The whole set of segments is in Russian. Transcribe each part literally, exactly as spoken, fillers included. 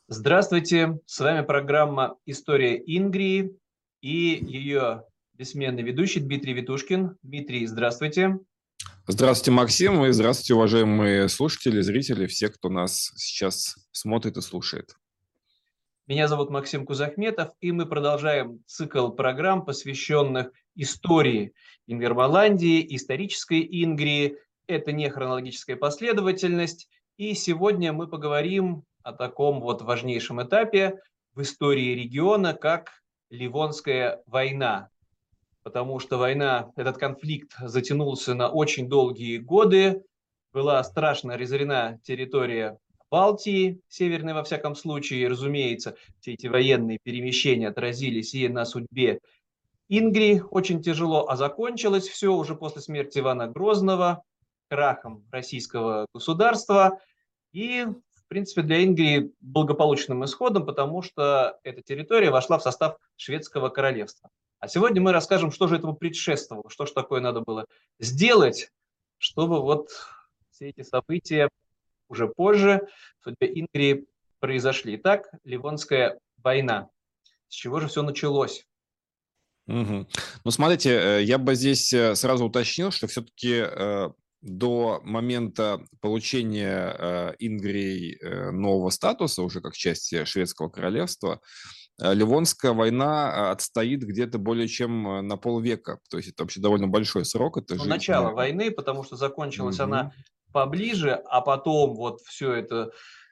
Здравствуйте, с вами программа «История Ингрии» и ее бессменный ведущий Дмитрий Витушкин. Дмитрий, здравствуйте. Здравствуйте, Максим, и здравствуйте, уважаемые слушатели, зрители, все, кто нас сейчас смотрит и слушает. Меня зовут Максим Кузахметов, и мы продолжаем цикл программ, посвященных истории Ингерманландии, исторической Ингрии. Это не хронологическая последовательность. И сегодня мы поговорим о таком вот важнейшем этапе в истории региона, как Ливонская война. Потому что война, этот конфликт затянулся на очень долгие годы, была страшно разорена территория Балтии, северной во всяком случае, и, разумеется, все эти военные перемещения отразились и на судьбе Ингрии очень тяжело, а закончилось все уже после смерти Ивана Грозного, крахом российского государства и, в принципе, для Ингрии благополучным исходом, потому что эта территория вошла в состав шведского королевства. А сегодня мы расскажем, что же этому предшествовало, что же такое надо было сделать, чтобы вот все эти события уже позже в судьбе Ингрии произошли. Итак, Ливонская война. С чего же все началось? Мгм. Ну, смотрите, э, я бы здесь э, сразу уточнил, что все-таки э, до момента получения э, Ингрией э, нового статуса, уже как части шведского королевства, э, Ливонская война э, отстоит где-то более чем э, на полвека. То есть это вообще довольно большой срок, это Ну, жизнь. начало войны, потому что закончилась она Мгм. поближе, а потом вот все это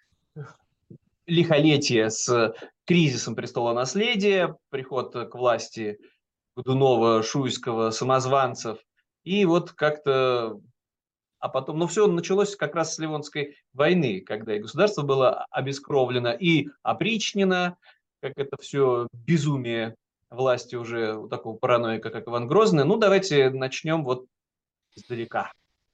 лихолетие с кризисом престола наследия, приход к власти Годунова, Шуйского, самозванцев. И вот как-то... А потом, ну, все началось как раз с Ливонской войны, когда и государство было обескровлено, и опричнено, как это все безумие власти уже у такого параноика, как Иван Грозный. Ну, давайте начнем вот издалека.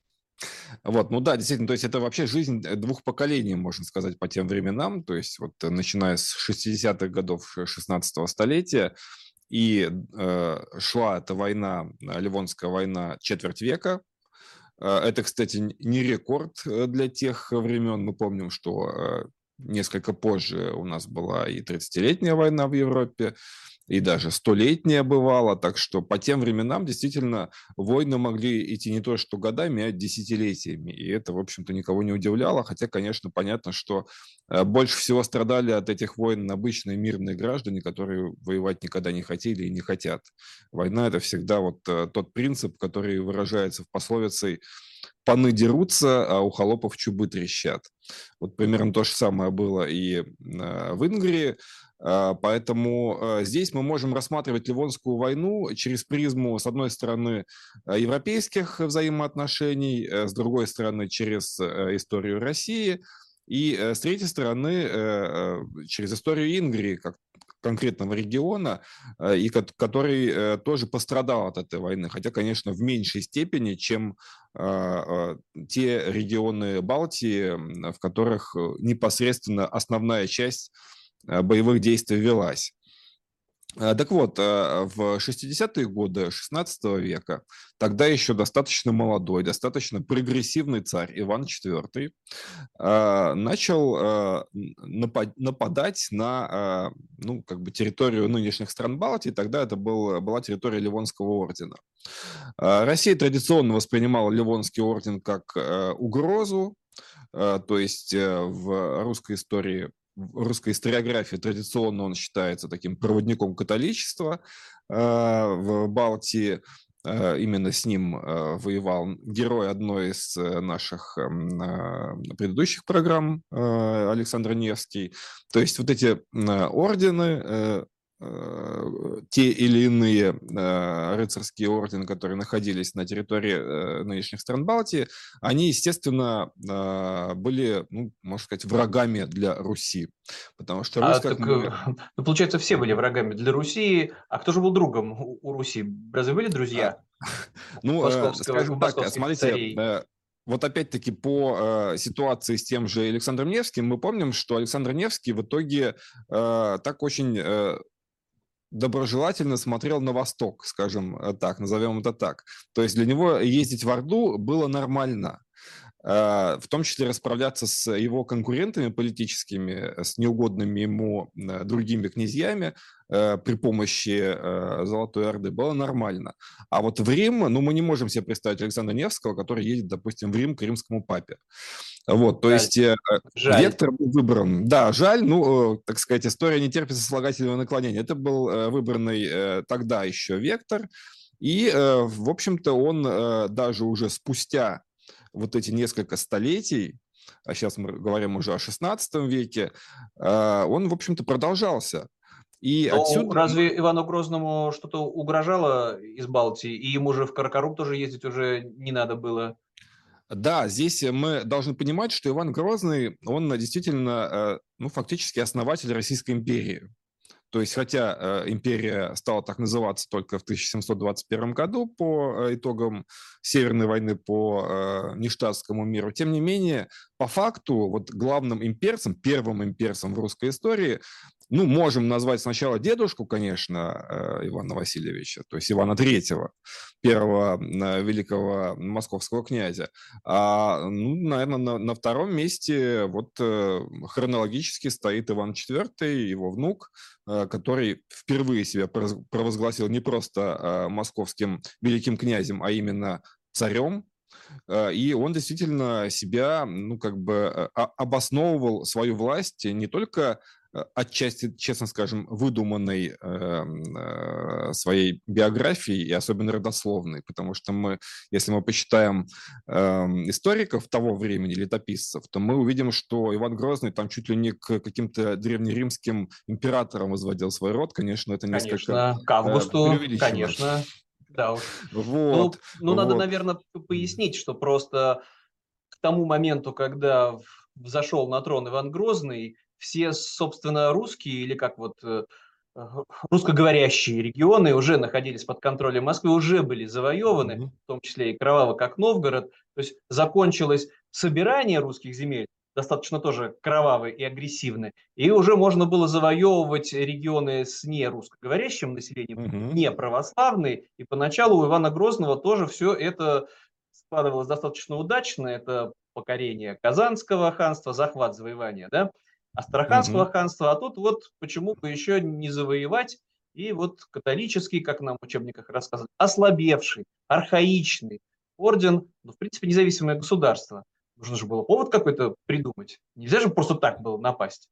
Вот, ну да, действительно, то есть это вообще жизнь э, двух поколений, можно сказать, по тем временам, то есть вот э, начиная с шестидесятых годов шестнадцатого столетия, и э, шла эта война, э, Ливонская война, четверть века. Э, Это, кстати, н- не рекорд э, для тех времен. Мы помним, что э, несколько позже у нас была и тридцатилетняя война в Европе, и даже столетняя бывала, так что по тем временам действительно войны могли идти не то что годами, а десятилетиями, и это, в общем-то, никого не удивляло, хотя, конечно, понятно, что э, больше всего страдали от этих войн обычные мирные граждане, которые воевать никогда не хотели и не хотят. Война – это всегда вот э, тот принцип, который выражается в пословице «паны дерутся, а у холопов чубы трещат». Вот примерно то же самое было и э, в Ингрии. А, Поэтому э, здесь мы можем рассматривать Ливонскую войну через призму, с одной стороны, э, европейских взаимоотношений, э, с другой стороны, через э, историю России, и э, с третьей стороны, э, э, через историю Ингрии, как конкретного региона, э, и ко- который э, тоже пострадал от этой войны, хотя, конечно, в меньшей степени, чем а, а, те регионы Балтии, м, в которых э, непосредственно основная часть э, боевых действий велась. А, Так вот, э, в шестидесятые годы шестнадцатого века тогда еще достаточно молодой, достаточно прогрессивный царь Иван четвертый а, начал а, напад- нападать на а, ну, как бы территорию нынешних стран Балтии. Тогда это был, была территория Ливонского ордена. А, Россия традиционно воспринимала Ливонский орден как э, угрозу, э, то есть э, в русской истории, в русской историографии традиционно он считается таким проводником католичества э, в Балтии. Э, Именно с ним э, воевал герой одной из э, наших эм, э, предыдущих программ э, Александр Невский. То есть вот эти э, ордены, э, э, те или иные э, рыцарские ордены, которые находились на территории э, нынешних стран Балтии, они, естественно, э, были, ну, можно сказать, врагами для Руси. Потому что Русь, А как так, э, мы... ну, получается, все были врагами для Руси. А кто же был другом у, у Руси? Разве были а, друзья Ну, э, московского, скажем так, э, московских смотрите, царей? э, вот опять-таки по э, ситуации с тем же Александром Невским, мы помним, что Александр Невский в итоге э, так очень э, доброжелательно смотрел на восток, скажем э, так, назовем это так. То есть для него ездить в Орду было нормально. э, в том числе расправляться с его конкурентами политическими, с неугодными ему э, другими князьями э, при помощи э, Золотой Орды было нормально. А вот в Рим, ну, мы не можем себе представить Александра Невского, который едет, допустим, в Рим к римскому папе. Вот, то Жаль, есть э, жаль. вектор был выбран. Да, жаль, ну, э, так сказать, история не терпит сослагательного наклонения. Это был э, выбранный э, тогда еще вектор, и, э, в общем-то, он э, даже уже спустя вот эти несколько столетий, а сейчас мы говорим уже о шестнадцатом веке, э, он, в общем-то, продолжался. И Но отсюда... разве Ивану Грозному что-то угрожало из Балтии, и ему же в Каракарум тоже ездить уже не надо было? Да, здесь мы должны понимать, что Иван Грозный, он действительно, э, ну, фактически основатель Российской империи. То есть, хотя э, империя стала так называться только в тысяча семьсот двадцать первом году по э, итогам Северной войны по э, Ништадтскому миру, тем не менее, по факту, вот главным имперцем, первым имперцем в русской истории, ну, можем назвать сначала дедушку, конечно, э, Ивана Васильевича, то есть Ивана Третьего, первого э, великого московского князя. А, ну, наверное, на, на втором месте вот э, хронологически стоит Иван Четвертый, его внук, который впервые себя провозгласил не просто московским великим князем, а именно царем. И он действительно себя, ну, как бы обосновывал свою власть не только отчасти, честно скажем, выдуманной э, своей биографией и особенно родословной, потому что мы, если мы почитаем э, историков того времени, летописцев, то мы увидим, что Иван Грозный там чуть ли не к каким-то древнеримским императорам возводил свой род. Конечно, это несколько Конечно, к э, Августу, преувеличено. конечно, да уж. Вот, Ну, ну, надо, вот. наверное, пояснить, что просто к тому моменту, когда в- взошел на трон Иван Грозный, все, собственно, русские или как вот э, э, русскоговорящие регионы уже находились под контролем Москвы, уже были завоеваны, Мгм. в том числе и кроваво, как Новгород. То есть закончилось собирание русских земель, достаточно тоже кровавое и агрессивное, и уже можно было завоевывать регионы с нерусскоговорящим населением, Мгм. Мгм. не православные, и поначалу у Ивана Грозного тоже все это складывалось достаточно удачно. Это покорение Казанского ханства, захват, завоевание, да, Астраханского Мгм. ханства, а тут вот почему бы еще не завоевать, и вот католический, как нам в учебниках рассказывают, ослабевший, архаичный орден, ну, в принципе, независимое государство. Нужно же было повод какой-то придумать. Нельзя же просто так было напасть.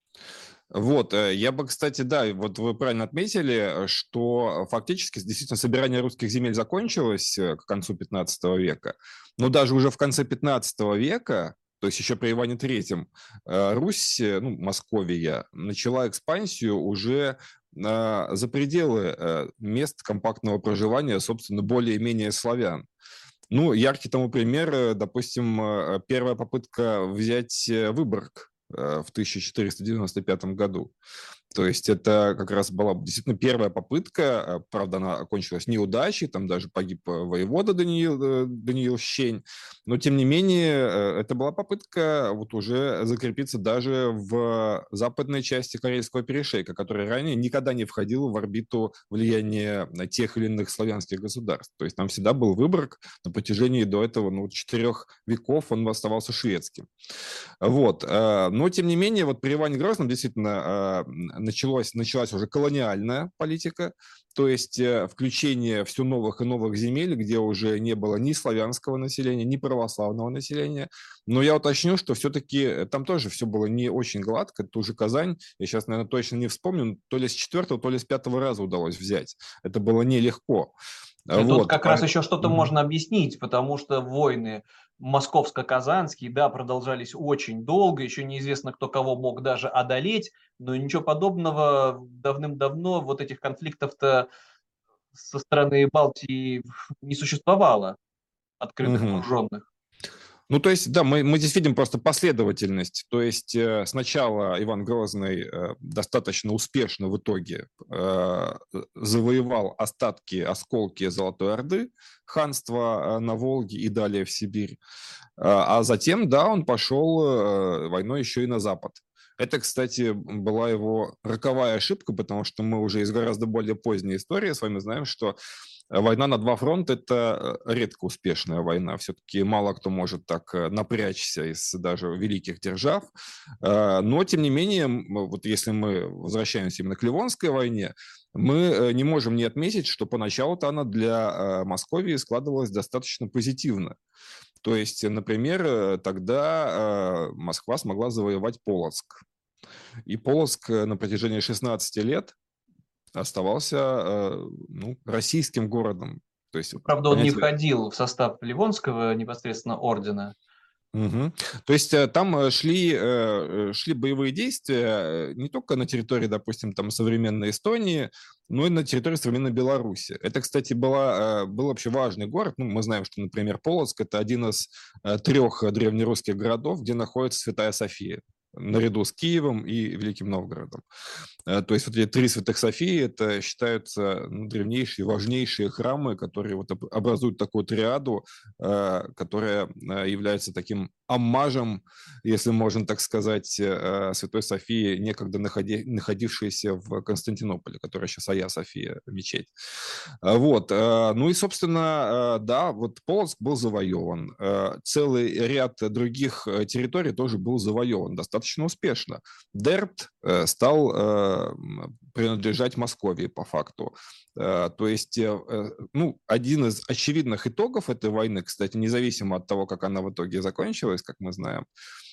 Вот, э, я бы, кстати, да, вот вы правильно отметили, э, что фактически действительно собирание русских земель закончилось э, к концу пятнадцатого века, но даже уже в конце пятнадцатого века, то есть еще при Иване Третьем, э, Русь, э, ну, Московия, начала экспансию уже э, за пределы э, мест компактного проживания, собственно, более-менее славян. Ну, яркий тому пример, э, допустим, э, первая попытка взять э, Выборг э, в тысяча четыреста девяносто пятом году. То есть это как раз была действительно первая попытка, э, правда, она окончилась неудачей, там даже погиб э, воевода Даниил, э, Даниил Щень, но тем не менее э, это была попытка вот уже закрепиться даже в западной части Карельского перешейка, которая ранее никогда не входила в орбиту влияния тех или иных славянских государств. То есть там всегда был Выборг на протяжении до этого ну, четырех веков, он оставался шведским. Вот. э, Но, тем не менее, вот при Иване Грозном действительно э, началось, началась уже колониальная политика, то есть э, включение все новых и новых земель, где уже не было ни славянского населения, ни православного населения. Но я уточню, что все-таки там тоже все было не очень гладко. Ту же Казань, я сейчас, наверное, точно не вспомню, то ли с четвертого, то ли с пятого раза удалось взять. Это было нелегко. И тут Вот. как раз еще что-то Мгм. можно объяснить, потому что войны московско-казанские, да, продолжались очень долго, еще неизвестно, кто кого мог даже одолеть, но ничего подобного давным-давно вот этих конфликтов-то со стороны Балтии не существовало, открытых, Мгм. вооруженных. Ну, то есть, да, мы, мы здесь видим просто последовательность. То есть э, сначала Иван Грозный э, достаточно успешно в итоге э, завоевал остатки, осколки Золотой Орды, ханства э, на Волге и далее в Сибирь. А а затем, да, он пошел э, войной еще и на запад. Это, кстати, была его роковая ошибка, потому что мы уже из гораздо более поздней истории с вами знаем, что война на два фронта – это редко успешная война. Все-таки мало кто может так напрячься из даже великих держав. Но, тем не менее, вот если мы возвращаемся именно к Ливонской войне, мы не можем не отметить, что поначалу-то она для Московии складывалась достаточно позитивно. То есть, например, тогда Москва смогла завоевать Полоцк. И Полоцк на протяжении шестнадцати лет оставался ну, российским городом. То есть, Правда, он не понятие... входил в состав Ливонского непосредственно ордена. Угу. То есть там шли, шли боевые действия не только на территории, допустим, там современной Эстонии, но и на территории современной Беларуси. Это, кстати, была, был вообще важный город. Ну, мы знаем, что, например, Полоцк – это один из трех древнерусских городов, где находится Святая София, наряду с Киевом и Великим Новгородом. То есть вот эти три Святых Софии – это считаются ну, древнейшие, важнейшие храмы, которые вот образуют такую триаду, которая является таким оммажем, если можно так сказать, Святой Софии, некогда находи, находившейся в Константинополе, которая сейчас Айя София, мечеть. Вот. Ну и, собственно, да, вот Полоцк был завоеван. Целый ряд других территорий тоже был завоеван достаточно успешно. Дербт стал принадлежать Московии по факту. То есть, ну, один из очевидных итогов этой войны, кстати, независимо от того, как она в итоге закончилась, как мы знаем,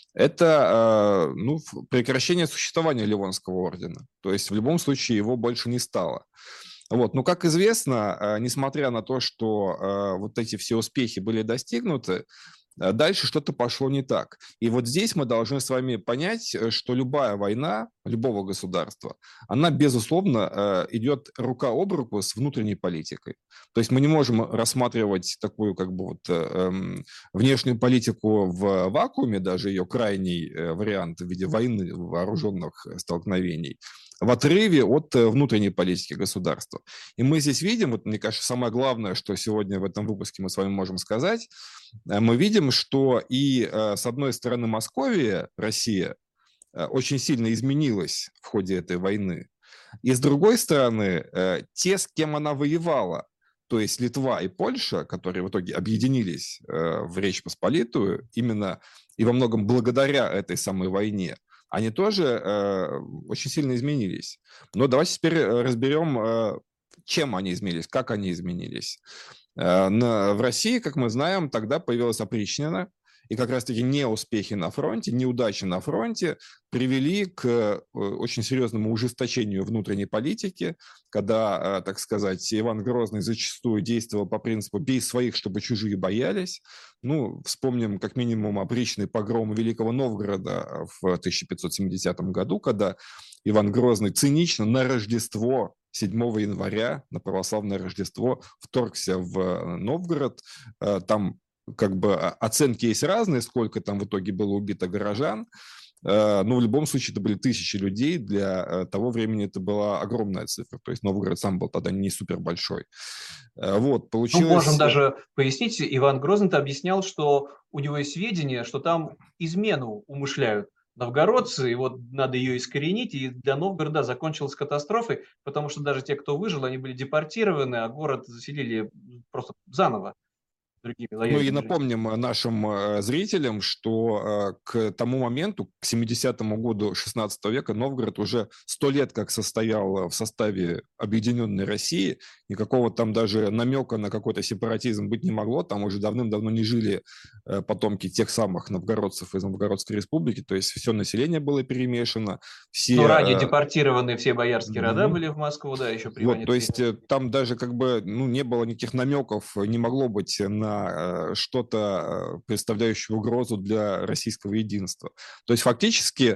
это ну, прекращение существования Ливонского ордена. То есть, в любом случае, его больше не стало. Вот. Но, как известно, несмотря на то, что вот эти все успехи были достигнуты, дальше что-то пошло не так. И вот здесь мы должны с вами понять, что любая война любого государства, она, безусловно, идет рука об руку с внутренней политикой. То есть мы не можем рассматривать такую как бы вот, эм, внешнюю политику в вакууме, даже ее крайний вариант в виде войны, вооруженных столкновений, в отрыве от внутренней политики государства. И мы здесь видим, вот мне кажется, самое главное, что сегодня в этом выпуске мы с вами можем сказать, мы видим, что и с одной стороны Московия, Россия, очень сильно изменилась в ходе этой войны, и с другой стороны те, с кем она воевала, то есть Литва и Польша, которые в итоге объединились в Речь Посполитую, именно и во многом благодаря этой самой войне, они тоже э, очень сильно изменились. Но давайте теперь разберем, э, чем они изменились, как они изменились. Э, на, в России, как мы знаем, тогда появилась опричнина, и как раз-таки неуспехи на фронте, неудачи на фронте привели к очень серьезному ужесточению внутренней политики, когда, так сказать, Иван Грозный зачастую действовал по принципу «бей своих, чтобы чужие боялись». Ну, вспомним как минимум опричный погром Великого Новгорода в тысяча пятьсот семидесятом году, когда Иван Грозный цинично на Рождество седьмого января, на православное Рождество, вторгся в Новгород. Там как бы оценки есть разные, сколько там в итоге было убито горожан, но в любом случае это были тысячи людей, для того времени это была огромная цифра, то есть Новгород сам был тогда не супер большой. Вот, получилось... Ну, можем даже пояснить, Иван Грозный-то объяснял, что у него есть сведения, что там измену умышляют новгородцы, и вот надо ее искоренить, и для Новгорода закончилась катастрофой, потому что даже те, кто выжил, они были депортированы, а город заселили просто заново. Ну и напомним нашим зрителям, что к тому моменту, к семидесятому году шестнадцатого века, Новгород уже сто лет как состоял в составе Объединенной России, никакого там даже намека на какой-то сепаратизм быть не могло, там уже давным-давно не жили потомки тех самых новгородцев из Новгородской республики, то есть все население было перемешано. Все... Ну, ранее депортированные все боярские рода mm-hmm. были в Москву, да, еще при Вот, Иване то есть там даже как бы ну, не было никаких намеков, не могло быть на что-то, представляющее угрозу для российского единства. То есть фактически,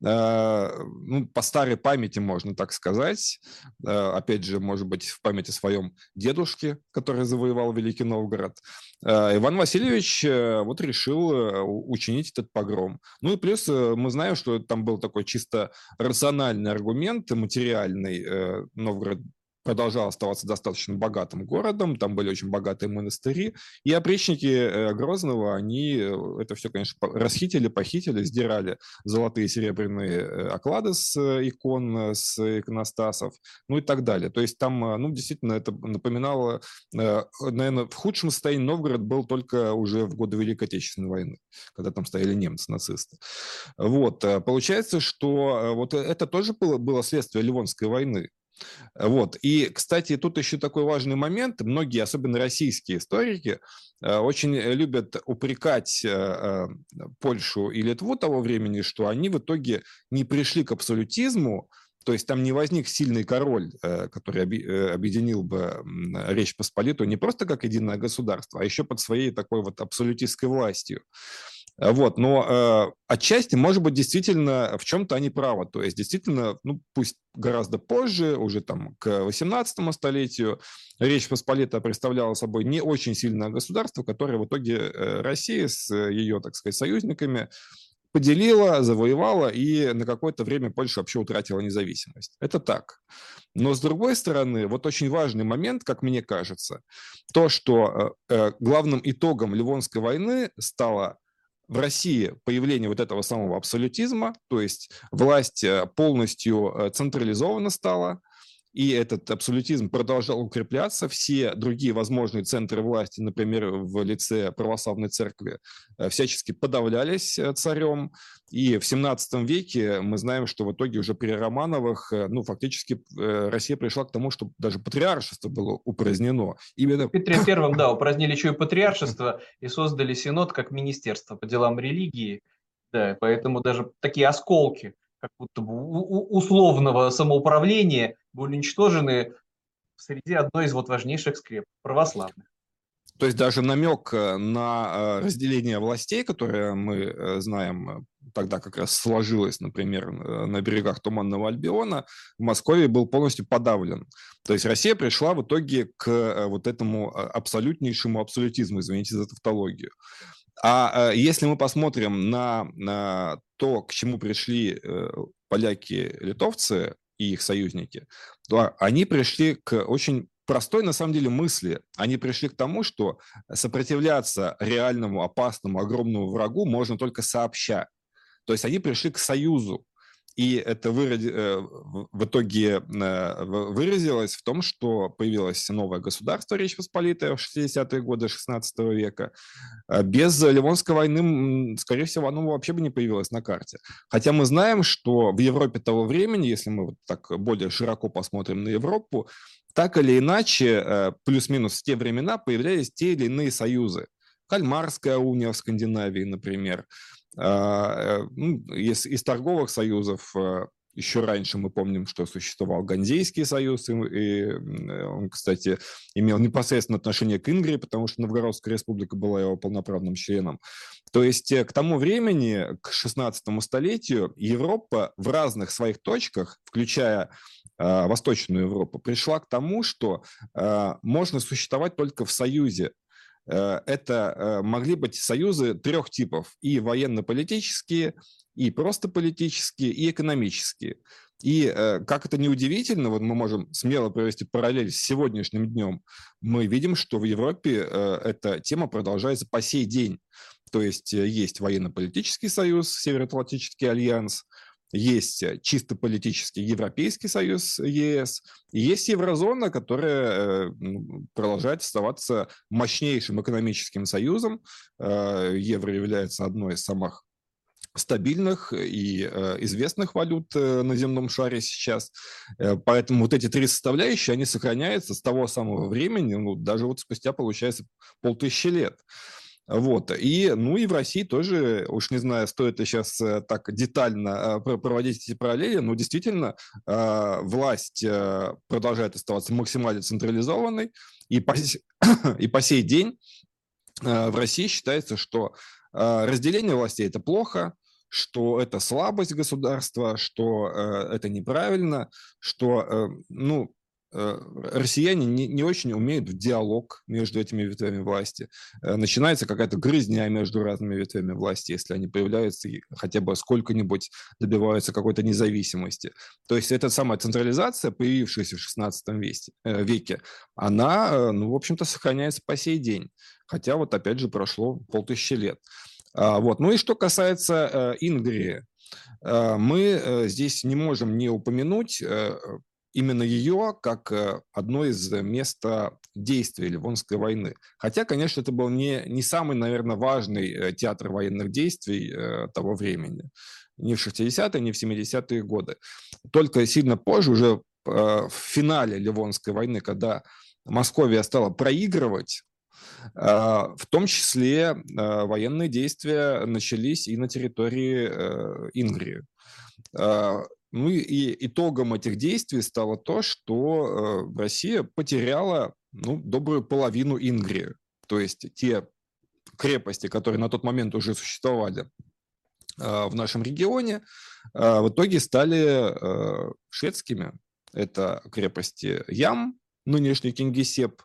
ну, по старой памяти, можно так сказать, опять же, может быть, в памяти своем дедушке, который завоевал Великий Новгород, Иван Васильевич вот решил учинить этот погром. Ну и плюс мы знаем, что там был такой чисто рациональный аргумент, материальный. Новгород продолжал оставаться достаточно богатым городом, там были очень богатые монастыри, и опричники Грозного, они это все, конечно, расхитили, похитили, сдирали золотые и серебряные оклады с икон, с иконостасов, ну и так далее. То есть там, ну, действительно, это напоминало, наверное, в худшем состоянии Новгород был только уже в годы Великой Отечественной войны, когда там стояли немцы, нацисты. Вот, получается, что вот это тоже было, было следствие Ливонской войны. Вот. И, кстати, тут еще такой важный момент. Многие, особенно российские историки, очень любят упрекать Польшу и Литву того времени, что они в итоге не пришли к абсолютизму, то есть там не возник сильный король, который объединил бы Речь Посполитую не просто как единое государство, а еще под своей такой вот абсолютистской властью. Вот, но э, отчасти, может быть, действительно в чем-то они правы. То есть, действительно, ну, пусть гораздо позже, уже там к восемнадцатому столетию, Речь Посполитая представляла собой не очень сильное государство, которое в итоге э, Россия с ее, так сказать, союзниками поделила, завоевала, и на какое-то время Польша вообще утратила независимость. Это так. Но, с другой стороны, вот очень важный момент, как мне кажется, то, что э, главным итогом Ливонской войны стало в России появление вот этого самого абсолютизма, то есть власть полностью централизована стала, и этот абсолютизм продолжал укрепляться. Все другие возможные центры власти, например, в лице православной церкви, всячески подавлялись царем. И в семнадцатом веке мы знаем, что в итоге уже при Романовых, ну, фактически Россия пришла к тому, что даже патриаршество было упразднено. Именно... В Петре Первом, да, упразднили еще и патриаршество и создали синод как министерство по делам религии. Да, поэтому даже такие осколки, как будто бы условного самоуправления, были уничтожены среди одной из вот важнейших скреп – православных. То есть даже намек на разделение властей, которое мы знаем, тогда как раз сложилось, например, на берегах Туманного Альбиона, в Москве был полностью подавлен. То есть Россия пришла в итоге к вот этому абсолютнейшему абсолютизму, извините за тавтологию. А если мы посмотрим на, на то, к чему пришли поляки, литовцы и их союзники, то они пришли к очень простой, на самом деле, мысли. Они пришли к тому, что сопротивляться реальному, опасному, огромному врагу можно только сообща. То есть они пришли к союзу. И это в итоге выразилось в том, что появилось новое государство Речь Посполитая в шестидесятые годы шестнадцатого века. Без Ливонской войны, скорее всего, оно вообще бы не появилось на карте. Хотя мы знаем, что в Европе того времени, если мы вот так более широко посмотрим на Европу, так или иначе, плюс-минус в те времена появлялись те или иные союзы. Кальмарская уния в Скандинавии, например. Из, из торговых союзов еще раньше мы помним, что существовал Ганзейский союз, и он, кстати, имел непосредственное отношение к Ингрии, потому что Новгородская республика была его полноправным членом. То есть к тому времени, к шестнадцатому столетию, Европа в разных своих точках, включая э, Восточную Европу, пришла к тому, что э, можно существовать только в союзе. Это могли быть союзы трех типов: и военно-политические, и просто политические, и экономические. И как это ни удивительно, вот мы можем смело провести параллель с сегодняшним днем, мы видим, что в Европе эта тема продолжается по сей день. То есть есть военно-политический союз, Североатлантический альянс, есть чисто политический Европейский союз, ЕС, и есть еврозона, которая продолжает оставаться мощнейшим экономическим союзом. Евро является одной из самых стабильных и известных валют на земном шаре сейчас. Поэтому вот эти три составляющие, они сохраняются с того самого времени, ну, даже вот спустя, получается, полтысячи лет. Вот. И, ну и в России тоже, уж не знаю, стоит ли сейчас так детально проводить эти параллели, но действительно власть продолжает оставаться максимально централизованной, и по, и по сей день в России считается, что разделение властей – это плохо, что это слабость государства, что это неправильно, что, ну, россияне не, не очень умеют в диалог между этими ветвями власти. Начинается какая-то грызня между разными ветвями власти, если они появляются и хотя бы сколько-нибудь добиваются какой-то независимости. То есть эта самая централизация, появившаяся в шестнадцатом веке, она, ну, в общем-то, сохраняется по сей день. Хотя вот опять же прошло полтысячи лет. Вот. Ну и что касается Ингрии, мы здесь не можем не упомянуть именно ее как одно из мест действия Ливонской войны. Хотя, конечно, это был не, не самый, наверное, важный театр военных действий того времени. Ни в шестидесятые, ни в семидесятые годы. Только сильно позже, уже в финале Ливонской войны, когда Московия стала проигрывать, в том числе военные действия начались и на территории Ингрии. Ну и итогом этих действий стало то, что Россия потеряла, ну, добрую половину Ингрии. То есть те крепости, которые на тот момент уже существовали в нашем регионе, в итоге стали шведскими. Это крепости Ям, нынешний Кингисепп,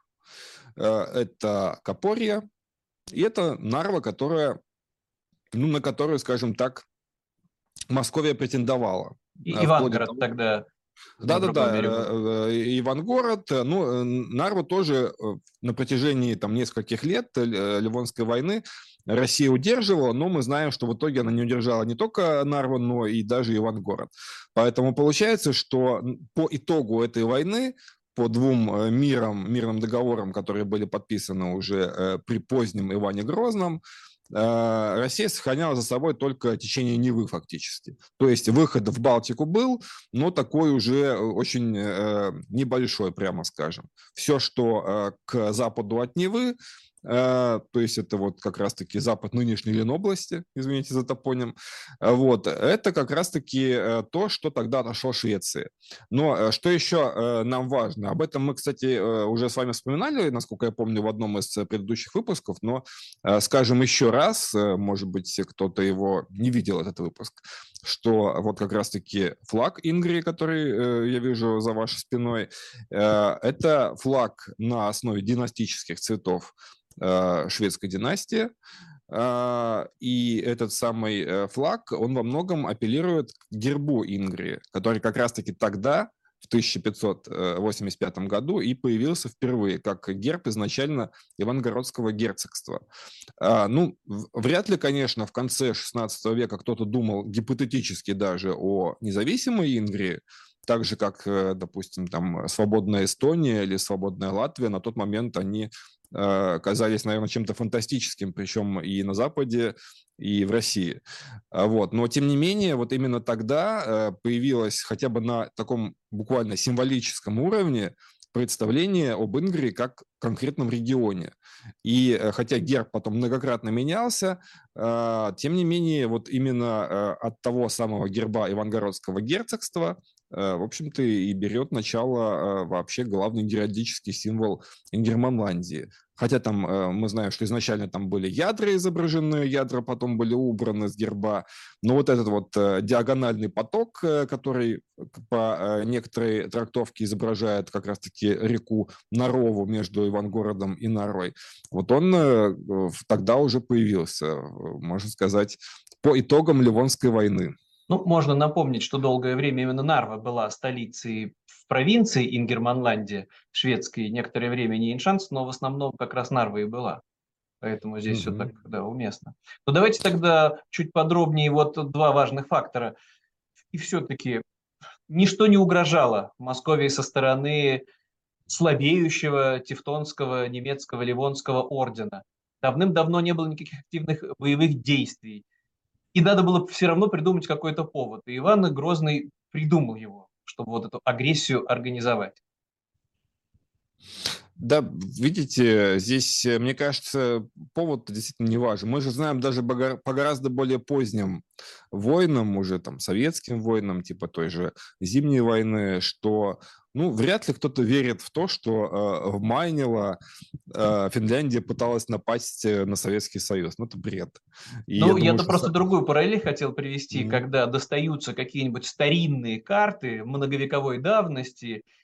это Копорье, и это Нарва, которая, ну, на которую, скажем так, Московия претендовала. И Ивангород тогда. Да-да-да, Ивангород. Ну, Нарву тоже на протяжении там нескольких лет Ливонской войны Россия удерживала, но мы знаем, что в итоге она не удержала не только Нарву, но и даже Ивангород. Поэтому получается, что по итогу этой войны, по двум мирам, мирным договорам, которые были подписаны уже при позднем Иване Грозном, Россия сохраняла за собой только течение Невы фактически. То есть выход в Балтику был, но такой уже очень небольшой, прямо скажем. Все, что к западу от Невы, то есть это вот как раз-таки запад нынешней Ленобласти, извините за топоним, вот, это как раз-таки то, что тогда отошло Швеции. Но что еще нам важно? Об этом мы, кстати, уже с вами вспоминали, насколько я помню, в одном из предыдущих выпусков, но скажем еще раз, может быть, кто-то его не видел, этот выпуск, что вот как раз-таки флаг Ингрии, который я вижу за вашей спиной, это флаг на основе династических цветов шведской династии, и этот самый флаг, он во многом апеллирует к гербу Ингрии, который как раз-таки тогда, в тысяча пятьсот восемьдесят пятом году, и появился впервые как герб изначально Ивангородского герцогства. Ну, вряд ли, конечно, в конце шестнадцатого века кто-то думал гипотетически даже о независимой Ингрии, так же, как, допустим, там, свободная Эстония или свободная Латвия. На тот момент они казались, наверное, чем-то фантастическим, причем и на Западе, и в России. Вот. Но, тем не менее, вот именно тогда появилось хотя бы на таком буквально символическом уровне представление об Ингрии как конкретном регионе. И хотя герб потом многократно менялся, тем не менее, вот именно от того самого герба Ивангородского герцогства, в общем-то, и берет начало вообще главный геральдический символ Ингерманландии. Хотя там мы знаем, что изначально там были ядра изображены, ядра потом были убраны с герба. Но вот этот вот диагональный поток, который по некоторой трактовке изображает как раз-таки реку Нарову между Ивангородом и Нарвой, вот он тогда уже появился, можно сказать, по итогам Ливонской войны. Ну, можно напомнить, что долгое время именно Нарва была столицей в провинции Ингерманландия, шведской, некоторое время Нейншанс, но в основном как раз Нарва и была. Поэтому здесь mm-hmm. все так, да, уместно. Но давайте тогда чуть подробнее вот два важных фактора. И все-таки ничто не угрожало Московии со стороны слабеющего Тевтонского, немецкого, Ливонского ордена. Давным-давно не было никаких активных боевых действий. И надо было все равно придумать какой-то повод. И Иван Грозный придумал его, чтобы вот эту агрессию организовать. Да, видите, здесь, мне кажется, повод действительно не важен. Мы же знаем даже по гораздо более поздним войнам, уже там советским войнам, типа той же Зимней войны, что, ну, вряд ли кто-то верит в то, что э, в Майнило э, Финляндия пыталась напасть на Советский Союз. Ну, это бред. И ну, я, я-то просто что... другую параллель хотел привести, mm-hmm. когда достаются какие-нибудь старинные карты многовековой давности,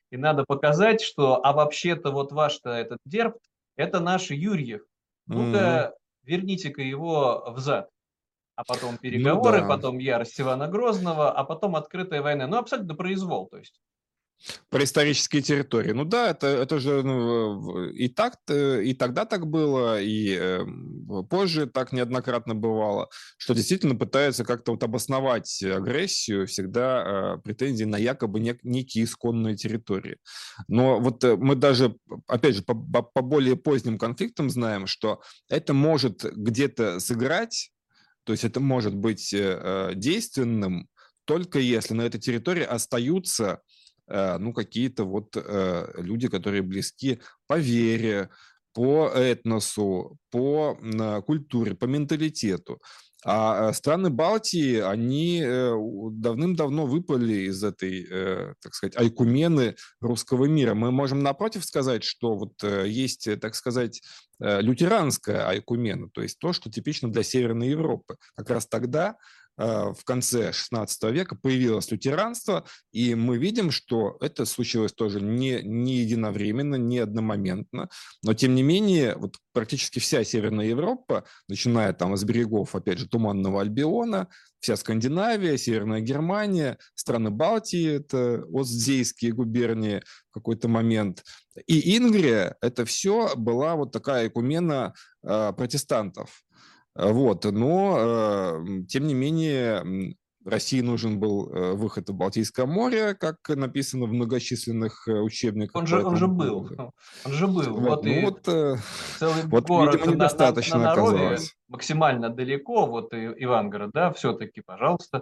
И надо показать, что, а вообще-то вот ваш-то этот Дербт, это наш Юрьев. М, Ну-ка, верните-ка его взад. А потом Ну переговоры, да. потом ярость Ивана Грозного, а потом открытая война. Ну, абсолютно произвол, то есть. Про исторические территории. Ну да, это, это же ну, в- и так, э, и тогда так было, и э, позже так неоднократно бывало, что действительно пытаются как-то вот обосновать агрессию, всегда э, претензии на якобы нек- некие исконные территории. Но вот э, мы даже, опять же, по, по по более поздним конфликтам знаем, что это может где-то сыграть, то есть это может быть э, э, действенным, только если на этой территории остаются э, ну, какие-то вот э, люди, которые близки по вере, по этносу, по м, культуре, по менталитету. А э, страны Балтии, они э, у- давным-давно выпали из этой, э, так сказать, айкумены русского мира. Мы можем напротив сказать, что вот э, есть, э, так сказать, э, лютеранская айкумена, то есть то, что типично для Северной Европы. Как раз тогда, э, в конце шестнадцатого века, появилось лютеранство, и мы видим, что это случилось тоже не, не единовременно, не одномоментно, но тем не менее вот практически вся Северная Европа, начиная там с берегов, опять же, Туманного Альбиона, вся Скандинавия, Северная Германия, страны Балтии, это Остзейские губернии в какой-то момент, и Ингрия, это все была вот такая экумена э, протестантов. Э, Вот, но, э, тем не менее, м, России нужен был э, выход в Балтийское море, как написано в многочисленных э, учебниках Он по же, он же этому был, поводу. он же был. Вот, Вот ну и вот, э, целый вот, видимо, город на, на, на недостаточно Нарове, оказалось. максимально далеко, вот и Ивангород, да, все-таки, пожалуйста.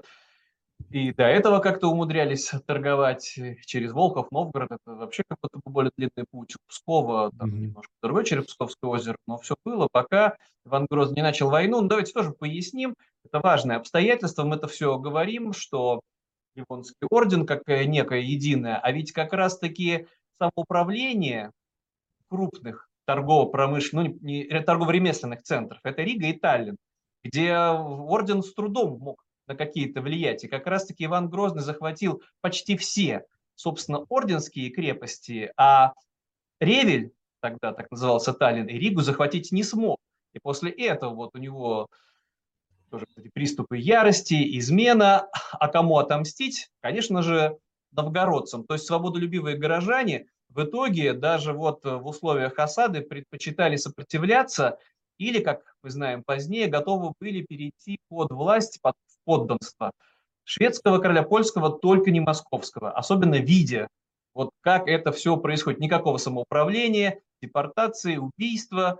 И до этого как-то умудрялись торговать э, через Волхов, Новгород. Это вообще как будто бы более длинный путь. У Пскова там Мгм. немножко другой, через Псковское озеро, но все было, пока Иван Грозный не начал войну. Ну, давайте тоже поясним. Это важное обстоятельство. Мы это все говорим, что Ливонский орден как э, некое единое, а ведь как раз-таки самоуправление крупных торгово-промышленных, ну, не, не, торгово-ремесленных центров, это Рига и Таллин, где орден с трудом мог на какие-то влиять. И как раз-таки Иван Грозный захватил почти все, собственно, орденские крепости, а Ревель, тогда так назывался Таллин, и Ригу захватить не смог. И после этого вот у него тоже эти приступы ярости, измена. А кому отомстить? Конечно же, новгородцам. То есть свободолюбивые горожане в итоге даже вот в условиях осады предпочитали сопротивляться или, как мы знаем позднее, готовы были перейти под власть, под подданство шведского короля, польского, только не московского, особенно видя, вот как это все происходит. Никакого самоуправления, депортации, убийства.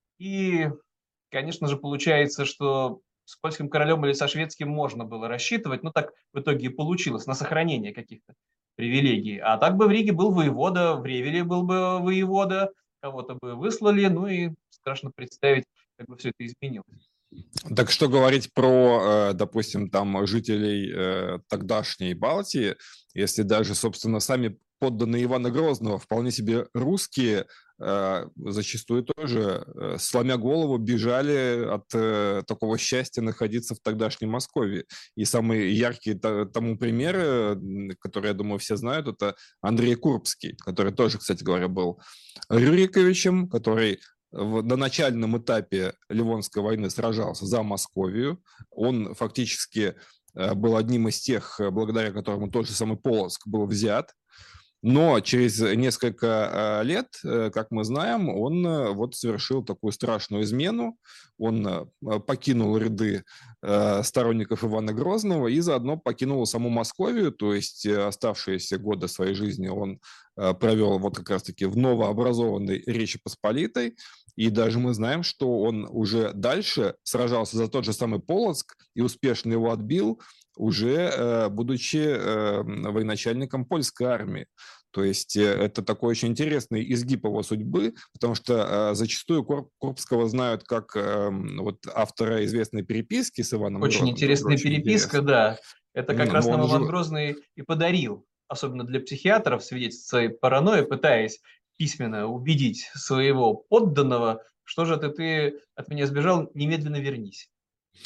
И конечно же, получается, что с польским королем или со шведским можно было рассчитывать, но так в итоге и получилось, на сохранение каких-то привилегий. А так бы в Риге был воевода, в Ревеле был бы воевода, кого-то бы выслали, ну и страшно представить, как бы все это изменилось. Так что говорить про, э, допустим, там жителей э, тогдашней Балтии, если даже, собственно, сами подданные Ивана Грозного вполне себе русские, э, зачастую тоже, э, сломя голову, бежали от э, такого счастья находиться в тогдашней Москве. И самые яркие то- тому примеры, м, которые, я думаю, все знают, это Андрей Курбский, который тоже, кстати говоря, был Рюриковичем, который в, на начальном этапе Ливонской войны сражался за Московию. Он фактически э, был одним из тех, э, благодаря которому тот же самый Полоцк был взят. Но через несколько э, лет, э, как мы знаем, он э, вот совершил такую страшную измену. Он э, покинул ряды э, сторонников Ивана Грозного и заодно покинул саму Московию, то есть э, оставшиеся годы своей жизни он э, провел вот как раз-таки в новообразованной Речи Посполитой. И даже мы знаем, что он уже дальше сражался за тот же самый Полоцк и успешно его отбил, уже э, будучи э, военачальником польской армии. То есть э, это такой очень интересный изгиб его судьбы, потому что э, зачастую Кур- Курбского знают как э, вот автора известной переписки с Иваном Очень Грозным, тоже интересная очень переписка, интересно. да. Это как раз Но нам он Иван уже Грозный и подарил, особенно для психиатров, свидетельство своей паранойи, пытаясь письменно убедить своего подданного, что же ты, ты от меня сбежал, немедленно вернись.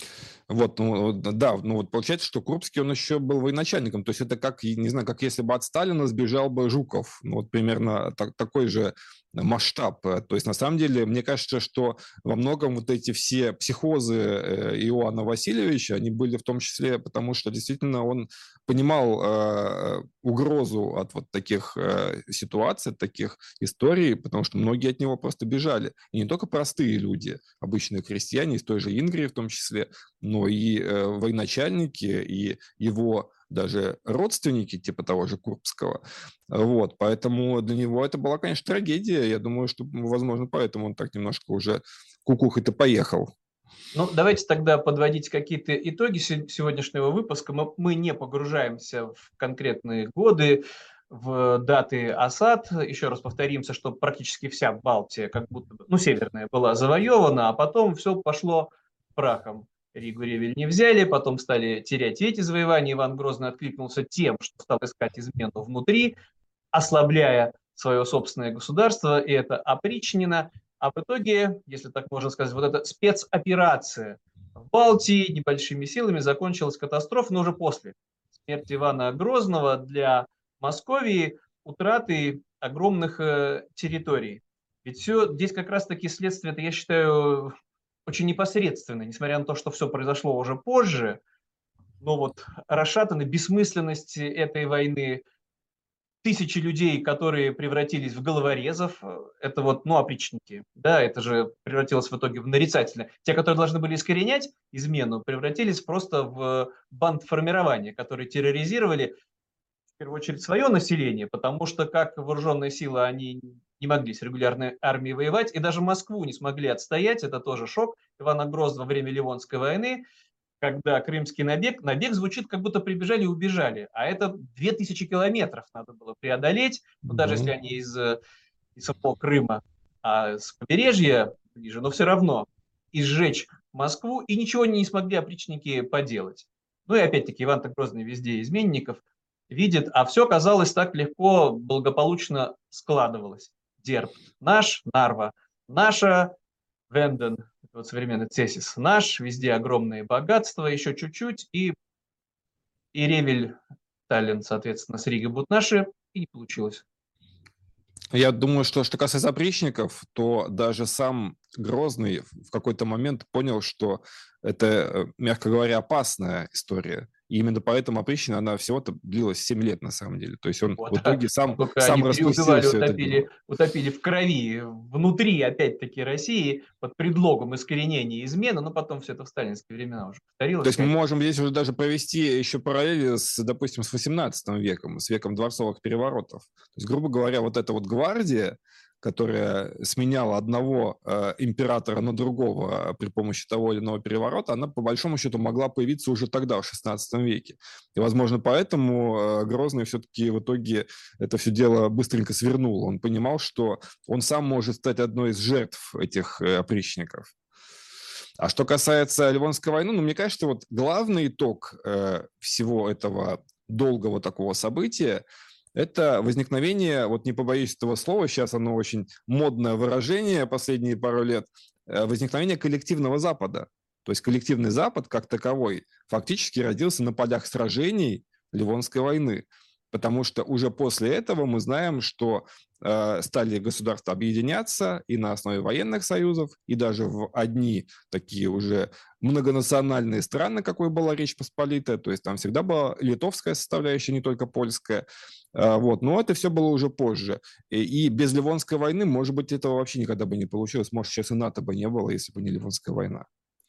Вот, ну, да, ну вот получается, что Крупский, он еще был военачальником, то есть это как, не знаю, как если бы от Сталина сбежал бы Жуков, ну вот примерно так, такой же масштаб. То есть на самом деле, мне кажется, что во многом вот эти все психозы Иоанна Васильевича, они были в том числе потому, что действительно он понимал э, угрозу от вот таких э, ситуаций, от таких историй, потому что многие от него просто бежали. И не только простые люди, обычные крестьяне, из той же Ингрии в том числе, но и э, военачальники, и его даже родственники, типа того же Курбского. Вот, поэтому для него это была, конечно, трагедия. Я думаю, что, возможно, поэтому он так немножко уже кукухой-то поехал. Ну, давайте тогда подводить какие-то итоги сегодняшнего выпуска. Мы, мы не погружаемся в конкретные годы, в даты осад. Еще раз повторимся, что практически вся Балтия, как будто бы, ну, северная, была завоевана, а потом все пошло прахом. Ригу Ревель не взяли, потом стали терять эти завоевания. Иван Грозный откликнулся тем, что стал искать измену внутри, ослабляя свое собственное государство, и это опричнина. А в итоге, если так можно сказать, вот эта спецоперация в Балтии небольшими силами закончилась катастрофой, но уже после смерти Ивана Грозного для Московии утраты огромных э, территорий. Ведь все здесь как раз-таки следствие, это, я считаю, очень непосредственно, несмотря на то, что все произошло уже позже, но вот расшатаны бессмысленность этой войны, тысячи людей, которые превратились в головорезов, это вот, ну, опричники, да, это же превратилось в итоге в нарицательное. Те, которые должны были искоренять измену, превратились просто в бандформирование, которые терроризировали в первую очередь свое население, потому что как вооруженные силы они не могли с регулярной армией воевать, и даже Москву не смогли отстоять, это тоже шок. Ивана Грозного во время Ливонской войны, когда крымский набег, набег звучит, как будто прибежали и убежали, а это две тысячи километров надо было преодолеть, ну, даже если Мгм. они из, из самого Крыма, а с побережья ближе, но все равно, и сжечь Москву, и ничего не смогли опричники поделать. Ну и опять-таки Иван-то Грозный везде изменников видит, а все казалось так легко, благополучно складывалось. Дерб наш, Нарва наша, Венден, вот современный Цесис наш, везде огромные богатства, еще чуть-чуть, и, и Ревель, Таллин, соответственно, с Ригой будут наши, и не получилось. Я думаю, что что касается опричников, то даже сам Грозный в какой-то момент понял, что это, э, мягко говоря, опасная история. И именно поэтому опричнина, она всего-то длилась семь лет на самом деле. То есть он Вот. в итоге А сам, только они сам распустил переубивали, все это дело. утопили, утопили в крови, внутри, опять-таки, России, под предлогом искоренения измены, но потом все это в сталинские времена уже То повторилось, есть мы конечно. можем здесь уже даже провести еще параллели с, допустим, с восемнадцатым веком, с веком дворцовых переворотов. То есть, грубо говоря, вот эта вот гвардия, которая сменяла одного э, императора на другого при помощи того или иного переворота, она по большому счету могла появиться уже тогда, в шестнадцатом веке. И, возможно, поэтому э, Грозный все-таки в итоге это все дело быстренько свернул. Он понимал, что он сам может стать одной из жертв этих э, опричников. А что касается Ливонской войны, ну, мне кажется, вот главный итог э, всего этого долгого такого события – это возникновение, вот не побоюсь этого слова, сейчас оно очень модное выражение последние пару лет, э, возникновение коллективного Запада. То есть коллективный Запад как таковой фактически родился на полях сражений Ливонской войны. Потому что уже после этого мы знаем, что э, стали государства объединяться и на основе военных союзов, и даже в одни такие уже многонациональные страны, какой была Речь Посполитая, то есть там всегда была литовская составляющая, не только польская. Э, вот. Но это все было уже позже. И, и без Ливонской войны, может быть, этого вообще никогда бы не получилось. Может, сейчас и НАТО бы не было, если бы не Ливонская война.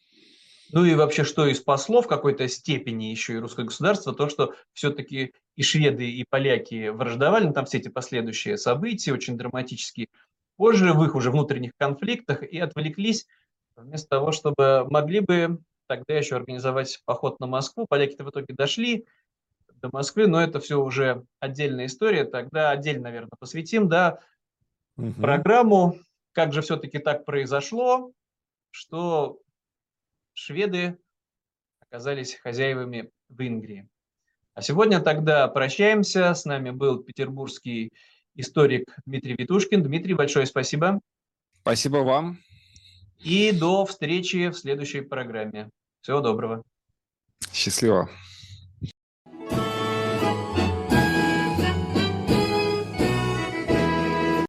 Ну и вообще, что и спасло в какой-то степени еще и русское государство, то, что все-таки и шведы, и поляки враждовали, ну, там все эти последующие события, очень драматические, позже в их уже внутренних конфликтах и отвлеклись вместо того, чтобы могли бы тогда еще организовать поход на Москву. Поляки-то в итоге дошли до Москвы, но это все уже отдельная история. Тогда отдельно, наверное, посвятим, да, Угу. программу, как же все-таки так произошло, что шведы оказались хозяевами в Ингрии. А сегодня тогда прощаемся. С нами был петербургский историк Дмитрий Витушкин. Дмитрий, большое спасибо. Спасибо вам. И до встречи в следующей программе. Всего доброго. Счастливо.